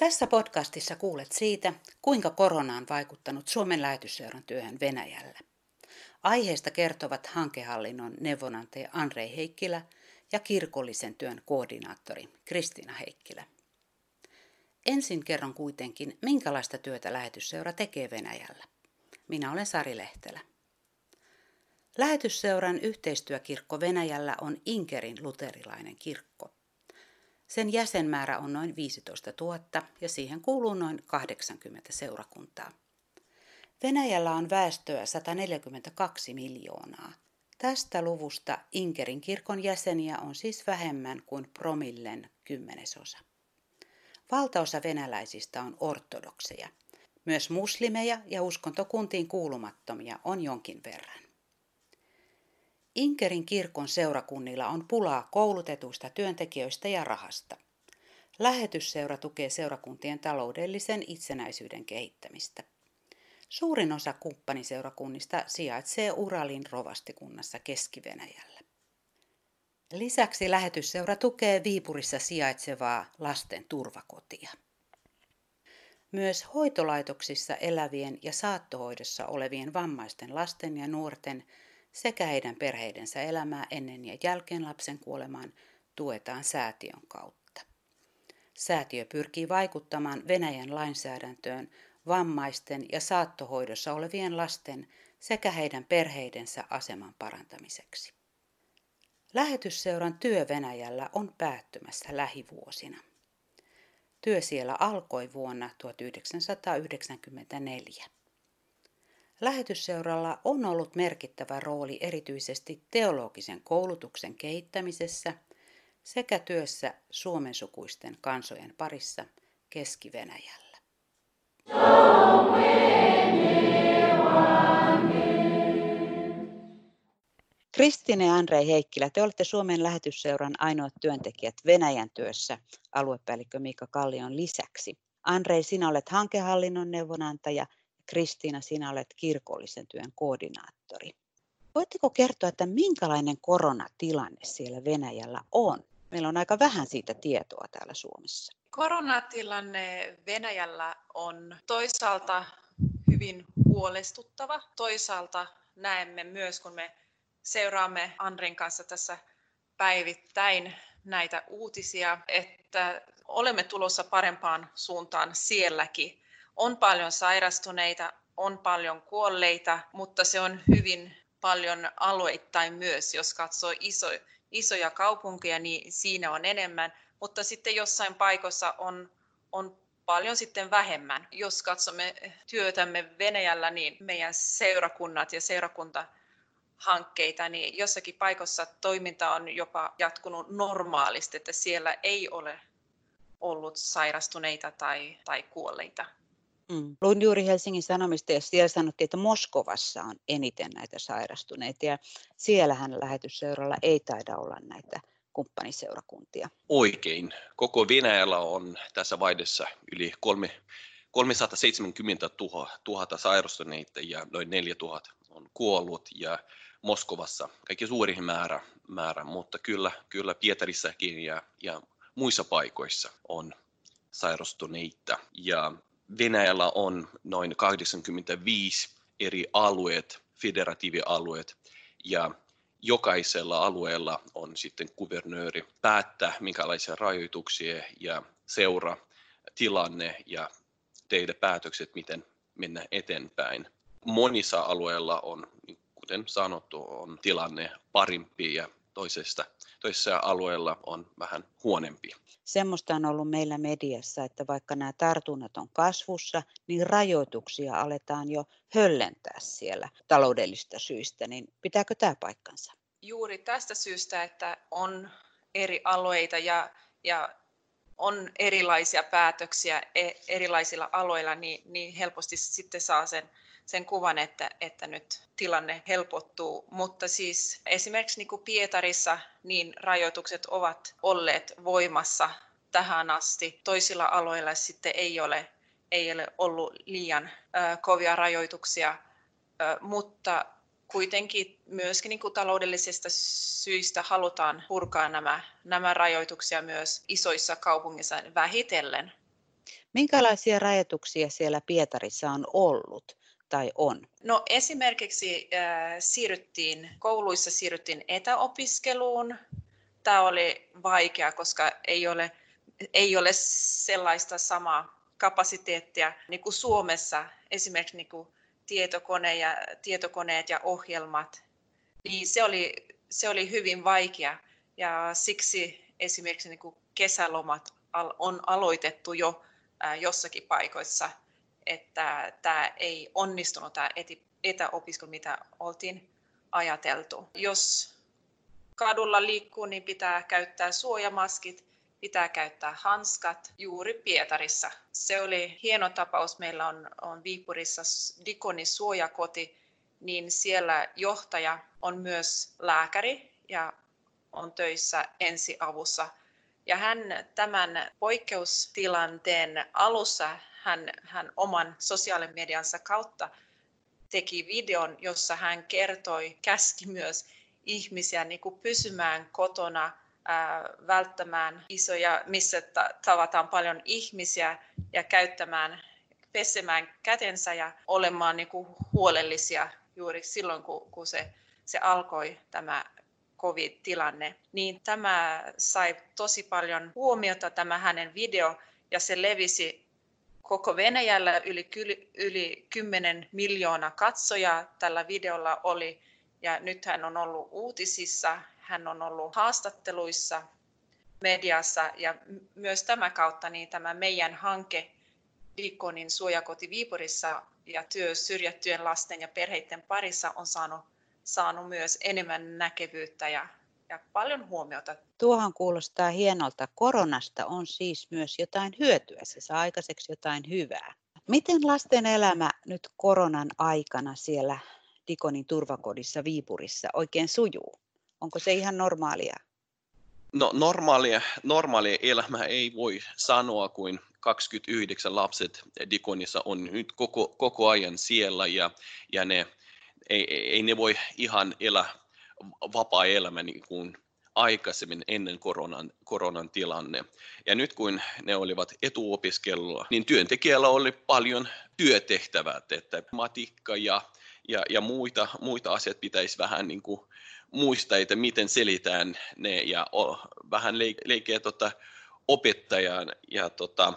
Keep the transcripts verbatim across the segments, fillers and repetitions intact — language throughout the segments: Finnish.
Tässä podcastissa kuulet siitä, kuinka korona on vaikuttanut Suomen Lähetysseuran työhön Venäjällä. Aiheesta kertovat hankehallinnon neuvonantaja Andrei Heikkilä ja kirkollisen työn koordinaattori Kristiina Heikkilä. Ensin kerron kuitenkin, minkälaista työtä Lähetysseura tekee Venäjällä. Minä olen Sari Lehtelä. Lähetysseuran yhteistyökirkko Venäjällä on Inkerin luterilainen kirkko. Sen jäsenmäärä on noin viisitoistatuhatta ja siihen kuuluu noin kahdeksankymmentä seurakuntaa. Venäjällä on väestöä sata neljäkymmentäkaksi miljoonaa. Tästä luvusta Inkerin kirkon jäseniä on siis vähemmän kuin promillen kymmenesosa. Valtaosa venäläisistä on ortodokseja. Myös muslimeja ja uskontokuntiin kuulumattomia on jonkin verran. Inkerin kirkon seurakunnilla on pulaa koulutetuista työntekijöistä ja rahasta. Lähetysseura tukee seurakuntien taloudellisen itsenäisyyden kehittämistä. Suurin osa kumppaniseurakunnista sijaitsee Uralin rovastikunnassa Keski-Venäjällä. Lisäksi lähetysseura tukee Viipurissa sijaitsevaa lasten turvakotia. Myös hoitolaitoksissa elävien ja saattohoidossa olevien vammaisten lasten ja nuorten sekä heidän perheidensä elämää ennen ja jälkeen lapsen kuolemaan tuetaan säätiön kautta. Säätiö pyrkii vaikuttamaan Venäjän lainsäädäntöön vammaisten ja saattohoidossa olevien lasten sekä heidän perheidensä aseman parantamiseksi. Lähetysseuran työ Venäjällä on päättymässä lähivuosina. Työ siellä alkoi vuonna tuhatyhdeksänsataayhdeksänkymmentäneljä. Lähetysseuralla on ollut merkittävä rooli erityisesti teologisen koulutuksen kehittämisessä sekä työssä suomensukuisten kansojen parissa Keski-Venäjällä. Kristiina ja Andrei Heikkilä, te olette Suomen Lähetysseuran ainoat työntekijät Venäjän työssä aluepäällikkö Miika Kallion lisäksi. Andrei, sinä olet hankehallinnon neuvonantaja. Kristiina, sinä olet kirkollisen työn koordinaattori. Voitteko kertoa, että minkälainen koronatilanne siellä Venäjällä on? Meillä on aika vähän siitä tietoa täällä Suomessa. Koronatilanne Venäjällä on toisaalta hyvin huolestuttava. Toisaalta näemme myös, kun me seuraamme Andrin kanssa tässä päivittäin näitä uutisia, että olemme tulossa parempaan suuntaan sielläkin. On paljon sairastuneita, on paljon kuolleita, mutta se on hyvin paljon alueittain myös. Jos katsoo iso, isoja kaupunkeja, niin siinä on enemmän, mutta sitten jossain paikoissa on, on paljon sitten vähemmän. Jos katsomme työtämme Venäjällä, niin meidän seurakunnat ja seurakuntahankkeita, niin jossakin paikoissa toiminta on jopa jatkunut normaalisti, että siellä ei ole ollut sairastuneita tai, tai kuolleita. Mm. Luin juuri Helsingin Sanomista ja siellä sanottiin, että Moskovassa on eniten näitä sairastuneita ja siellähän lähetysseuralla ei taida olla näitä kumppaniseurakuntia. Oikein. Koko Venäjällä on tässä vaiheessa yli kolmesataaseitsemänkymmentätuhatta sairastuneita ja noin neljätuhatta on kuollut ja Moskovassa kaikki suurin määrä, määrä mutta kyllä, kyllä Pietarissakin ja, ja muissa paikoissa on sairastuneita. Ja Venäjällä on noin kahdeksankymmentäviisi eri alueet, federatiivialueet, ja jokaisella alueella on sitten kuvernööri päättää, minkälaisia rajoituksia ja seuraa tilanne ja tehdä päätökset, miten mennä eteenpäin. Monissa alueilla on, kuten sanottu, on tilanne parempi ja toisesta, toisessa alueella on vähän huonompi. Semmoista on ollut meillä mediassa, että vaikka nämä tartunnat on kasvussa, niin rajoituksia aletaan jo höllentää siellä taloudellisista syistä. Niin pitääkö tämä paikkansa? Juuri tästä syystä, että on eri alueita ja, ja on erilaisia päätöksiä erilaisilla aloilla, niin, niin helposti sitten saa sen, sen kuvan, että, että nyt tilanne helpottuu. Mutta siis esimerkiksi niin kuin Pietarissa niin rajoitukset ovat olleet voimassa tähän asti. Toisilla aloilla sitten ei ole, ei ole ollut liian äh, kovia rajoituksia, äh, mutta kuitenkin myöskin niin kuin taloudellisista syistä halutaan purkaa nämä, nämä rajoituksia myös isoissa kaupungeissa vähitellen. Minkälaisia rajoituksia siellä Pietarissa on ollut tai on? No esimerkiksi äh, siirryttiin, kouluissa siirryttiin etäopiskeluun. Tämä oli vaikea, koska ei ole, ei ole sellaista samaa kapasiteettia niin kuin Suomessa, esimerkiksi niin kuin tietokone ja, tietokoneet ja ohjelmat. Niin se oli, se oli hyvin vaikea ja siksi esimerkiksi niin kuin kesälomat on aloitettu jo äh, jossakin paikoissa, että tämä ei onnistunut tämä etäopiskelu, mitä oltiin ajateltu. Jos kadulla liikkuu, niin pitää käyttää suojamaskit, pitää käyttää hanskat juuri Pietarissa. Se oli hieno tapaus. Meillä on, on Viipurissa Dikonin suojakoti, niin siellä johtaja on myös lääkäri ja on töissä ensiavussa. Ja hän tämän poikkeustilanteen alussa hän, hän oman sosiaalimediansa kautta teki videon, jossa hän kertoi, käski myös ihmisiä niin kuin pysymään kotona, ää, välttämään isoja, missä ta- tavataan paljon ihmisiä ja käyttämään, pesemään kätensä ja olemaan niin kuin huolellisia juuri silloin, kun, kun se, se alkoi tämä covid-tilanne. Niin tämä sai tosi paljon huomiota, tämä hänen video, ja se levisi koko Venäjällä. Yli, yli kymmenen miljoonaa katsojaa tällä videolla oli, ja nyt hän on ollut uutisissa, hän on ollut haastatteluissa mediassa, ja myös tämä kautta niin tämä meidän hanke Dikonin suojakoti Viipurissa ja työ syrjättyjen lasten ja perheiden parissa on saanut, saanut myös enemmän näkyvyyttä ja, ja paljon huomiota. Tuohan kuulostaa hienolta. Koronasta on siis myös jotain hyötyä. Se saa aikaiseksi jotain hyvää. Miten lasten elämä nyt koronan aikana siellä Dikonin turvakodissa Viipurissa oikein sujuu? Onko se ihan normaalia? No normaalia, normaalia elämää ei voi sanoa, kuin kaksikymmentäyhdeksän lapset Dikonissa on nyt koko, koko ajan siellä ja, ja ne, ei, ei ne voi ihan elää vapaa-elämä niin kuin aikaisemmin ennen koronan, koronan tilanne. Ja nyt kun ne olivat etuopiskelua, niin työntekijällä oli paljon työtehtävää, että matikka ja, ja, ja muita, muita asiat pitäisi vähän niin kuin muistaa, että miten selitään ne ja vähän leikkiä tota, opettajan ja tota,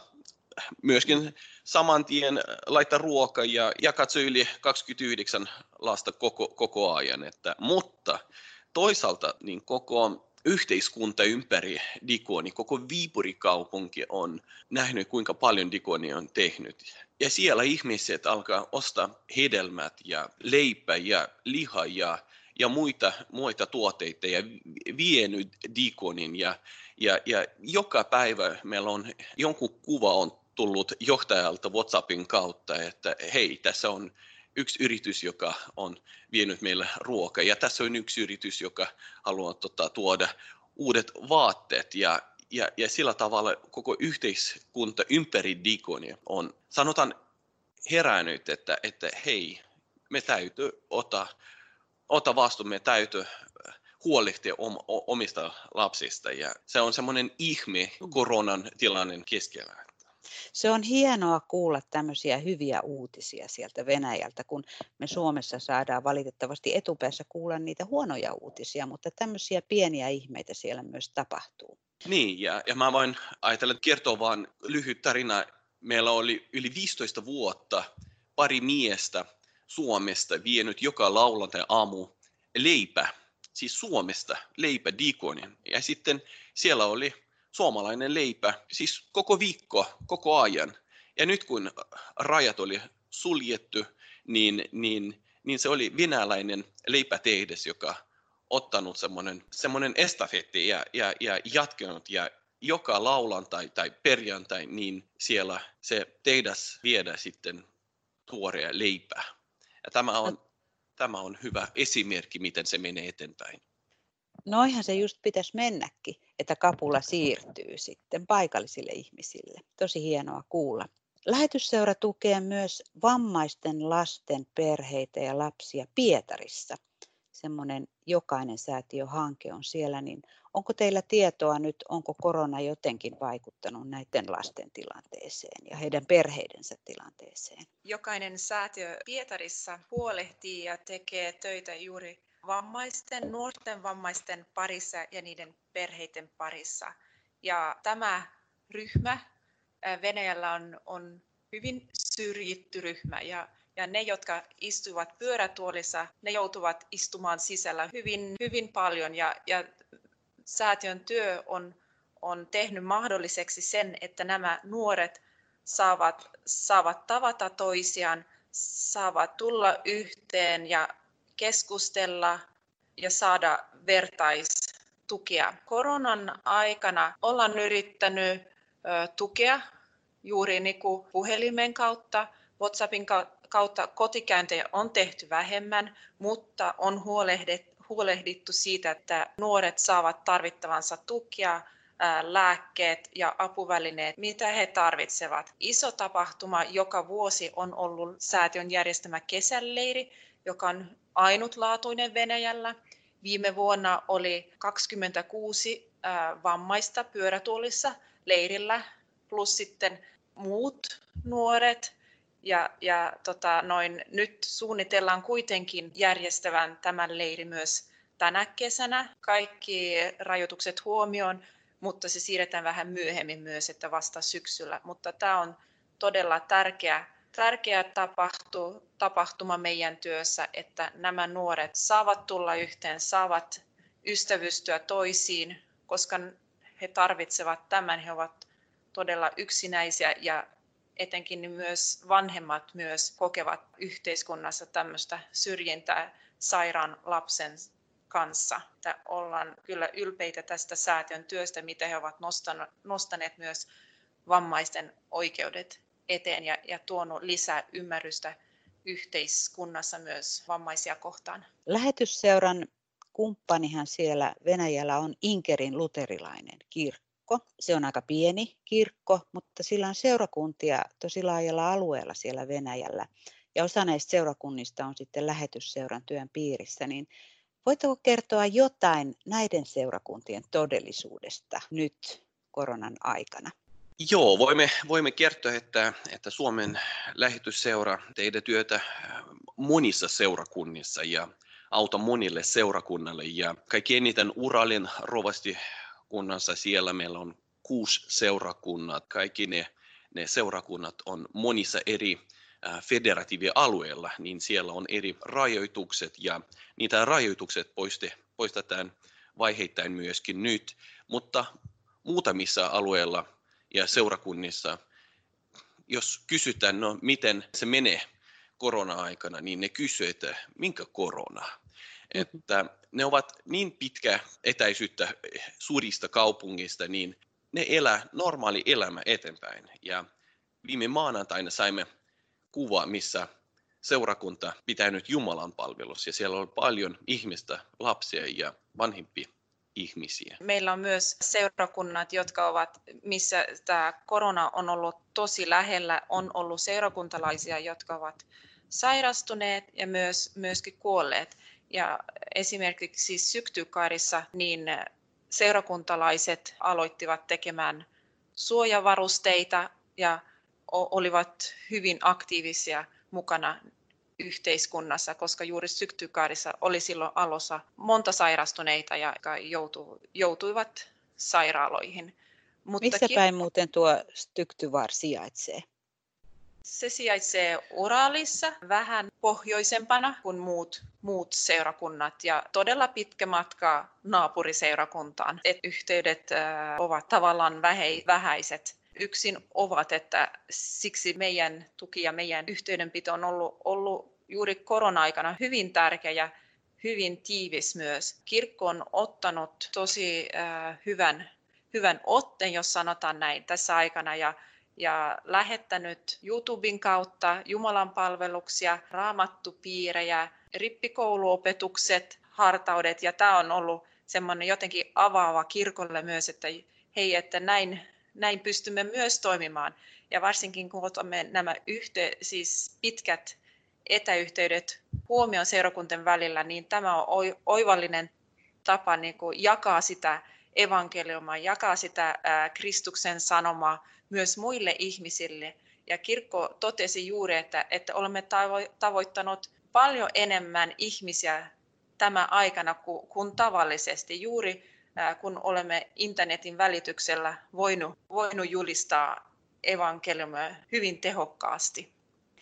myöskin saman tien laittaa ruokaa ja, ja katsoa yli kaksikymmentäyhdeksän lasta koko, koko ajan. Että, mutta toisaalta niin koko yhteiskunta ympäri Dikoni, koko Viipuri-kaupunki on nähnyt, kuinka paljon Dikoni on tehnyt. Ja siellä ihmiset alkaa ostaa hedelmät ja leipä ja liha ja, ja muita, muita tuotteita ja vienyt Dikonin. Ja, ja, ja joka päivä meillä on jonkun kuva on tullut johtajalta WhatsAppin kautta, että hei, tässä on yksi yritys, joka on vienyt meille ruokaa, ja tässä on yksi yritys, joka haluaa tota, tuoda uudet vaatteet, ja, ja, ja sillä tavalla koko yhteiskunta ympäri Dikonia on, sanotaan, herännyt, että, että hei, me täytyy ottaa, ottaa vastuun, me täytyy huolehtia om, omista lapsista, ja se on semmoinen ihme koronan tilanteen keskellä. Se on hienoa kuulla tämmöisiä hyviä uutisia sieltä Venäjältä, kun me Suomessa saadaan valitettavasti etupäässä kuulla niitä huonoja uutisia, mutta tämmöisiä pieniä ihmeitä siellä myös tapahtuu. Niin, ja, ja mä voin ajatella, että kertoa vaan lyhyt tarina. Meillä oli yli viisitoista vuotta pari miestä Suomesta vienyt joka lauantai aamu leipä, siis Suomesta leipä Dikonin. Ja sitten siellä oli suomalainen leipä, siis koko viikko, koko ajan. Ja nyt kun rajat oli suljettu, niin, niin, niin se oli venäläinen leipätehdas, joka ottanut semmoinen, semmoinen estafetti ja, ja, ja jatkanut. Ja joka lauantai tai perjantai, niin siellä se tehdas viedä sitten tuorea leipää. Ja tämä on, tämä on hyvä esimerkki, miten se menee eteenpäin. Noihan se just pitäisi mennäkin, että kapula siirtyy sitten paikallisille ihmisille. Tosi hienoa kuulla. Lähetysseura tukee myös vammaisten lasten perheitä ja lapsia Pietarissa. semmoinen jokainen säätiöhanke on siellä, niin onko teillä tietoa nyt, onko korona jotenkin vaikuttanut näiden lasten tilanteeseen ja heidän perheidensä tilanteeseen? Jokainen säätiö Pietarissa huolehtii ja tekee töitä juuri vammaisten, nuorten vammaisten parissa ja niiden perheiden parissa. Ja tämä ryhmä ää, Venäjällä on, on hyvin syrjitty ryhmä ja, ja ne, jotka istuvat pyörätuolissa, ne joutuvat istumaan sisällä hyvin, hyvin paljon ja, ja säätiön työ on, on tehnyt mahdolliseksi sen, että nämä nuoret saavat, saavat tavata toisiaan, saavat tulla yhteen ja keskustella ja saada vertaistukea. Koronan aikana ollaan yrittänyt ö, tukea juuri niin kuin puhelimen kautta, WhatsAppin kautta kotikäyntejä on tehty vähemmän, mutta on huolehdittu siitä, että nuoret saavat tarvittavansa tukea, lääkkeet ja apuvälineet, mitä he tarvitsevat. Iso tapahtuma joka vuosi on ollut säätiön järjestämä kesäleiri, joka on ainutlaatuinen Venäjällä. Viime vuonna oli kaksikymmentäkuusi vammaista pyörätuolissa leirillä, plus sitten muut nuoret. Ja, ja tota, noin, nyt suunnitellaan kuitenkin järjestävän tämän leiri myös tänä kesänä. Kaikki rajoitukset huomioon, mutta se siirretään vähän myöhemmin myös, että vasta syksyllä. Mutta tämä on todella tärkeä, tärkeä tapahtu, tapahtuma meidän työssä, että nämä nuoret saavat tulla yhteen, saavat ystävystyä toisiin, koska he tarvitsevat tämän, he ovat todella yksinäisiä ja etenkin myös vanhemmat myös kokevat yhteiskunnassa tämmöistä syrjintää sairaan lapsen kanssa. Että ollaan kyllä ylpeitä tästä säätiön työstä, mitä he ovat nostaneet myös vammaisten oikeudet eteen ja, ja tuonut lisää ymmärrystä yhteiskunnassa myös vammaisia kohtaan. Lähetysseuran kumppanihan siellä Venäjällä on Inkerin luterilainen kirkko. Se on aika pieni kirkko, mutta sillä on seurakuntia tosi laajalla alueella siellä Venäjällä. Ja osa näistä seurakunnista on sitten lähetysseuran työn piirissä. Niin voitteko kertoa jotain näiden seurakuntien todellisuudesta nyt koronan aikana? Joo, voimme, voimme kertoa, että, että Suomen lähetysseura tehdään työtä monissa seurakunnissa ja auta monille seurakunnalle. Ja kaikki eniten Uralin rovastikunnassa siellä meillä on kuusi seurakunnat. Kaikki ne, ne seurakunnat on monissa eri federatiivialueilla, niin siellä on eri rajoitukset ja niitä rajoitukset poistetaan vaiheittain myöskin nyt, mutta muutamissa alueilla ja seurakunnissa, jos kysytään, no miten se menee korona-aikana, niin ne kysyvät, että minkä korona? Että ne ovat niin pitkä etäisyyttä suurista kaupungista, niin ne elää normaali elämä eteenpäin. Ja viime maanantaina saimme kuva, missä seurakunta pitää nyt Jumalan palvelussa ja siellä on paljon ihmistä, lapsia ja vanhempia ihmisiä. Meillä on myös seurakunnat, jotka ovat, missä tämä korona on ollut tosi lähellä, on ollut seurakuntalaisia, jotka ovat sairastuneet ja myös, myöskin kuolleet. Ja esimerkiksi Syktykaarissa niin seurakuntalaiset aloittivat tekemään suojavarusteita ja olivat hyvin aktiivisia mukana yhteiskunnassa, koska juuri Syktykaarissa oli silloin alussa monta sairastuneita, jotka joutu, joutuivat sairaaloihin. Mutta missä päin muuten tuo Syktyvaar sijaitsee? Se sijaitsee Uralissa, vähän pohjoisempana kuin muut, muut seurakunnat ja todella pitkä matka naapuriseurakuntaan. Et yhteydet äh, ovat tavallaan vähäiset. Yksin ovat, että siksi meidän tuki ja meidän yhteydenpito on ollut, ollut juuri korona-aikana hyvin tärkeä ja hyvin tiivis myös. Kirkko on ottanut tosi äh, hyvän, hyvän otteen, jos sanotaan näin, tässä aikana ja, ja lähettänyt YouTuben kautta Jumalan palveluksia, raamattupiirejä, rippikouluopetukset, hartaudet ja tämä on ollut semmoinen jotenkin avaava kirkolle myös, että hei, että näin Näin pystymme myös toimimaan ja varsinkin kun otamme nämä yhte, siis pitkät etäyhteydet huomioon seurakuntien välillä, niin tämä on oivallinen tapa niin kuin jakaa sitä evankeliumaa, jakaa sitä ää, Kristuksen sanomaa myös muille ihmisille. Ja kirkko totesi juuri, että, että olemme tavo- tavoittanut paljon enemmän ihmisiä tämä aikana kuin, kuin tavallisesti, juuri ää, kun olemme internetin välityksellä voinut, voinut julistaa evankeliumia hyvin tehokkaasti.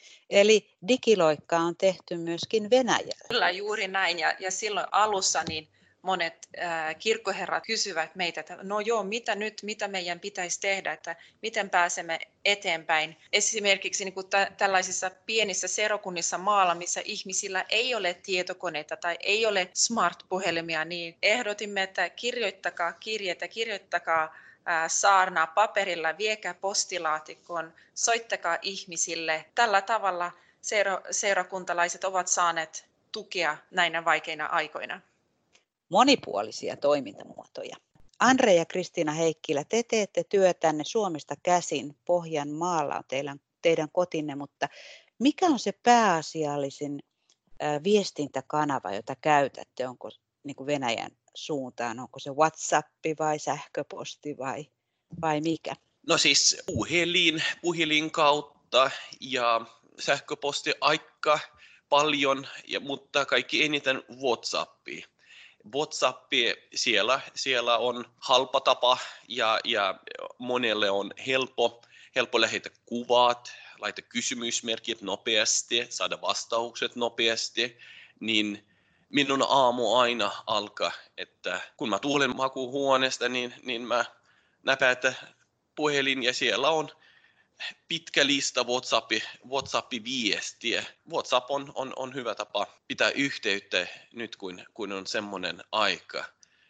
Eli digiloikka on tehty myöskin Venäjällä. Kyllä, juuri näin. Ja, ja silloin alussa niin monet äh, kirkkoherrat kysyvät meitä, että no joo, mitä nyt, mitä meidän pitäisi tehdä, että miten pääsemme eteenpäin. Esimerkiksi niin kuin tä- tällaisissa pienissä seurakunnissa maalla, missä ihmisillä ei ole tietokoneita tai ei ole smart-puhelimia, niin ehdotimme, että kirjoittakaa kirjeitä, kirjoittakaa äh, saarnaa paperilla, viekää postilaatikkoon, soittakaa ihmisille. Tällä tavalla seura- seurakuntalaiset ovat saaneet tukea näinä vaikeina aikoina. Monipuolisia toimintamuotoja. Andre ja Kristiina Heikkilä, te teette työtänne Suomesta käsin. Pohjanmaalla on teidän, teidän kotinne, mutta mikä on se pääasiallisin ää, viestintäkanava, jota käytätte? Onko niin kuin Venäjän suuntaan, onko se WhatsApp vai sähköposti vai, vai mikä? No siis puhelin, puhelin kautta ja sähköposti aika paljon, ja, mutta kaikki eniten WhatsAppia. WhatsApp, siellä, siellä on halpa tapa ja, ja monelle on helppo, helppo lähettää kuvat, laittaa kysymysmerkit nopeasti, saada vastaukset nopeasti, niin minun aamu aina alkaa, että kun mä tulen makuuhuoneesta, niin, niin mä näpäytän puhelin ja siellä on pitkä lista WhatsAppi, WhatsApp-viestiä. WhatsApp on, on, on hyvä tapa pitää yhteyttä nyt, kun, kun on semmoinen aika.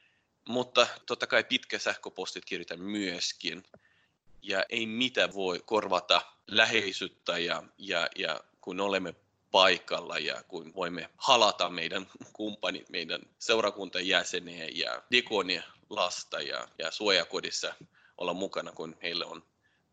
Mutta totta kai pitkä sähköpostit kirjoitan myöskin. Ja ei mitään voi korvata läheisyyttä ja, ja, ja kun olemme paikalla ja kun voimme halata meidän kumppanit, meidän seurakuntajäseniä ja diakonia lasta ja, ja suojakodissa olla mukana, kun heillä on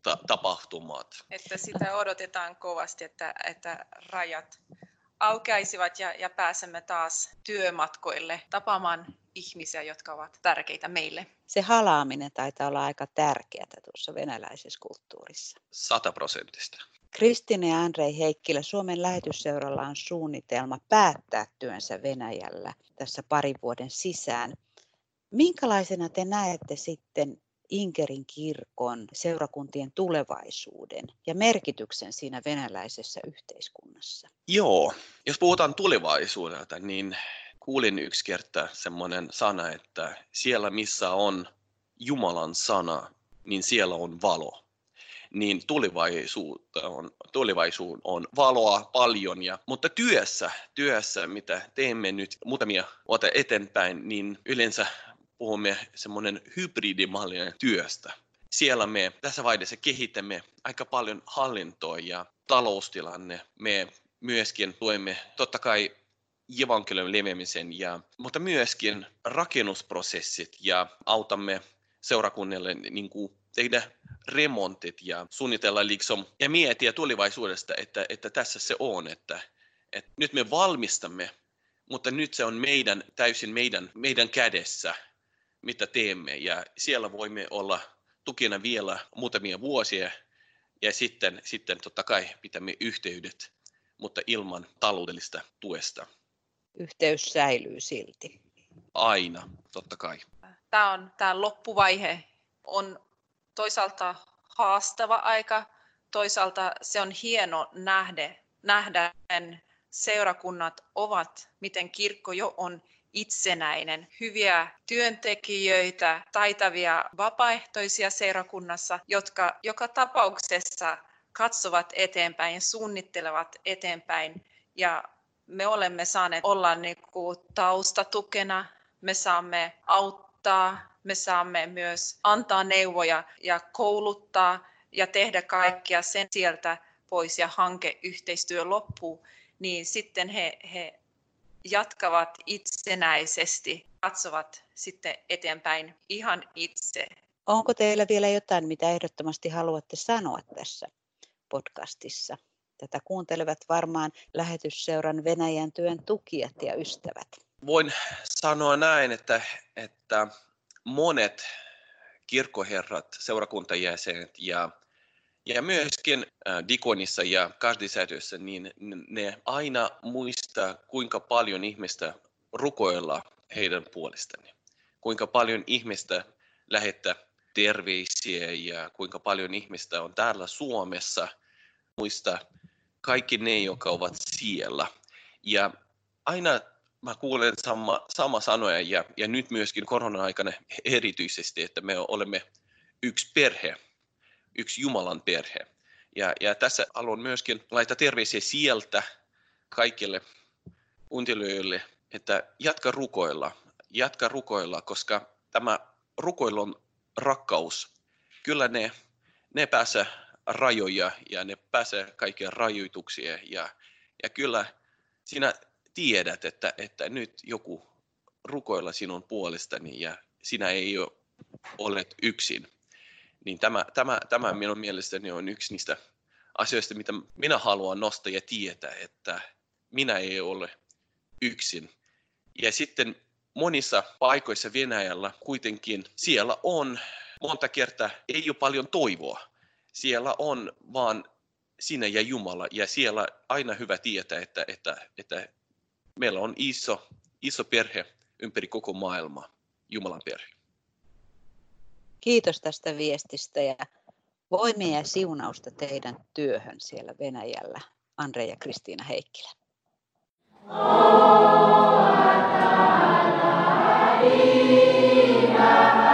tapahtumat. Että sitä odotetaan kovasti, että, että rajat aukeaisivat ja, ja pääsemme taas työmatkoille tapaamaan ihmisiä, jotka ovat tärkeitä meille. Se halaaminen taitaa olla aika tärkeää tuossa venäläisessä kulttuurissa. Sata prosenttista. Kristiina ja Andrei Heikkilä, Suomen lähetysseuralla on suunnitelma päättää työnsä Venäjällä tässä parin vuoden sisään. Minkälaisena te näette sitten Inkerin kirkon seurakuntien tulevaisuuden ja merkityksen siinä venäläisessä yhteiskunnassa? Joo, jos puhutaan tulevaisuudelta, niin kuulin yksi kerta semmoinen sana, että siellä missä on Jumalan sana, niin siellä on valo. Niin tulevaisuutta on, tulevaisuus on valoa paljon, ja, mutta työssä, työssä, mitä teemme nyt muutamia vuotta eteenpäin, niin yleensä puhumme semmoinen hybridimallinen työstä. Siellä me tässä vaiheessa kehitämme aika paljon hallintoa ja taloustilanne. Me myöskin tuemme totta kai evankeliumin leviämisen, ja, mutta myöskin rakennusprosessit ja autamme seurakunnille niin kuin tehdä remontit ja suunnitella liksom, ja miettiä tulevaisuudesta, että, että tässä se on, että, että nyt me valmistamme, mutta nyt se on meidän, täysin meidän, meidän kädessä, mitä teemme, ja siellä voimme olla tukena vielä muutamia vuosia, ja sitten, sitten totta kai pitämme yhteydet, mutta ilman taloudellista tuesta. Yhteys säilyy silti. Aina, totta kai. Tämä on tämä loppuvaihe on toisaalta haastava aika, toisaalta se on hieno nähdä, nähdä seurakunnat ovat, miten kirkko jo on itsenäinen, hyviä työntekijöitä, taitavia vapaaehtoisia seurakunnassa, jotka joka tapauksessa katsovat eteenpäin ja suunnittelevat eteenpäin. Ja me olemme saaneet olla niin kuin taustatukena, me saamme auttaa, me saamme myös antaa neuvoja ja kouluttaa ja tehdä kaikkia sen sieltä pois ja hankeyhteistyö loppuu, niin sitten he, he jatkavat itsenäisesti, katsovat sitten eteenpäin ihan itse. Onko teillä vielä jotain, mitä ehdottomasti haluatte sanoa tässä podcastissa? Tätä kuuntelevat varmaan Lähetysseuran Venäjän työn tukijat ja ystävät. Voin sanoa näin, että, että monet kirkkoherrat, seurakuntajäsenet ja, ja myöskin Dikonissa ja Kahdisäätiössä, niin ne aina muistaa, kuinka paljon ihmistä rukoilla heidän puolestaan. Kuinka paljon ihmistä lähettää terveisiä ja kuinka paljon ihmistä on täällä Suomessa. Muista kaikki ne, jotka ovat siellä. Ja aina mä kuulen sama, sama sanoja ja, ja nyt myöskin korona-aikana erityisesti, että me olemme yksi perhe, yksi Jumalan perhe. Ja, ja tässä haluan myöskin laittaa terveisiä sieltä kaikille kuuntelijoille, että jatka rukoilla, jatka rukoilla, koska tämä rukoilun rakkaus, kyllä ne, ne pääsee rajoja ja ne pääsee kaikkia rajoituksia ja, ja kyllä sinä tiedät, että, että nyt joku rukoilla sinun puolestani ja sinä ei ole, olet yksin. Niin tämä, tämä, tämä minun mielestäni on yksi niistä asioista, mitä minä haluan nostaa ja tietää, että minä ei ole yksin. Ja sitten monissa paikoissa Venäjällä kuitenkin siellä on monta kertaa ei ole paljon toivoa. Siellä on vaan sinä ja Jumala ja siellä aina hyvä tietää, että, että, että meillä on iso, iso perhe ympäri koko maailmaa, Jumalan perhe. Kiitos tästä viestistä ja voimia ja siunausta teidän työhön siellä Venäjällä, Andre ja Kristiina Heikkilä. Oh,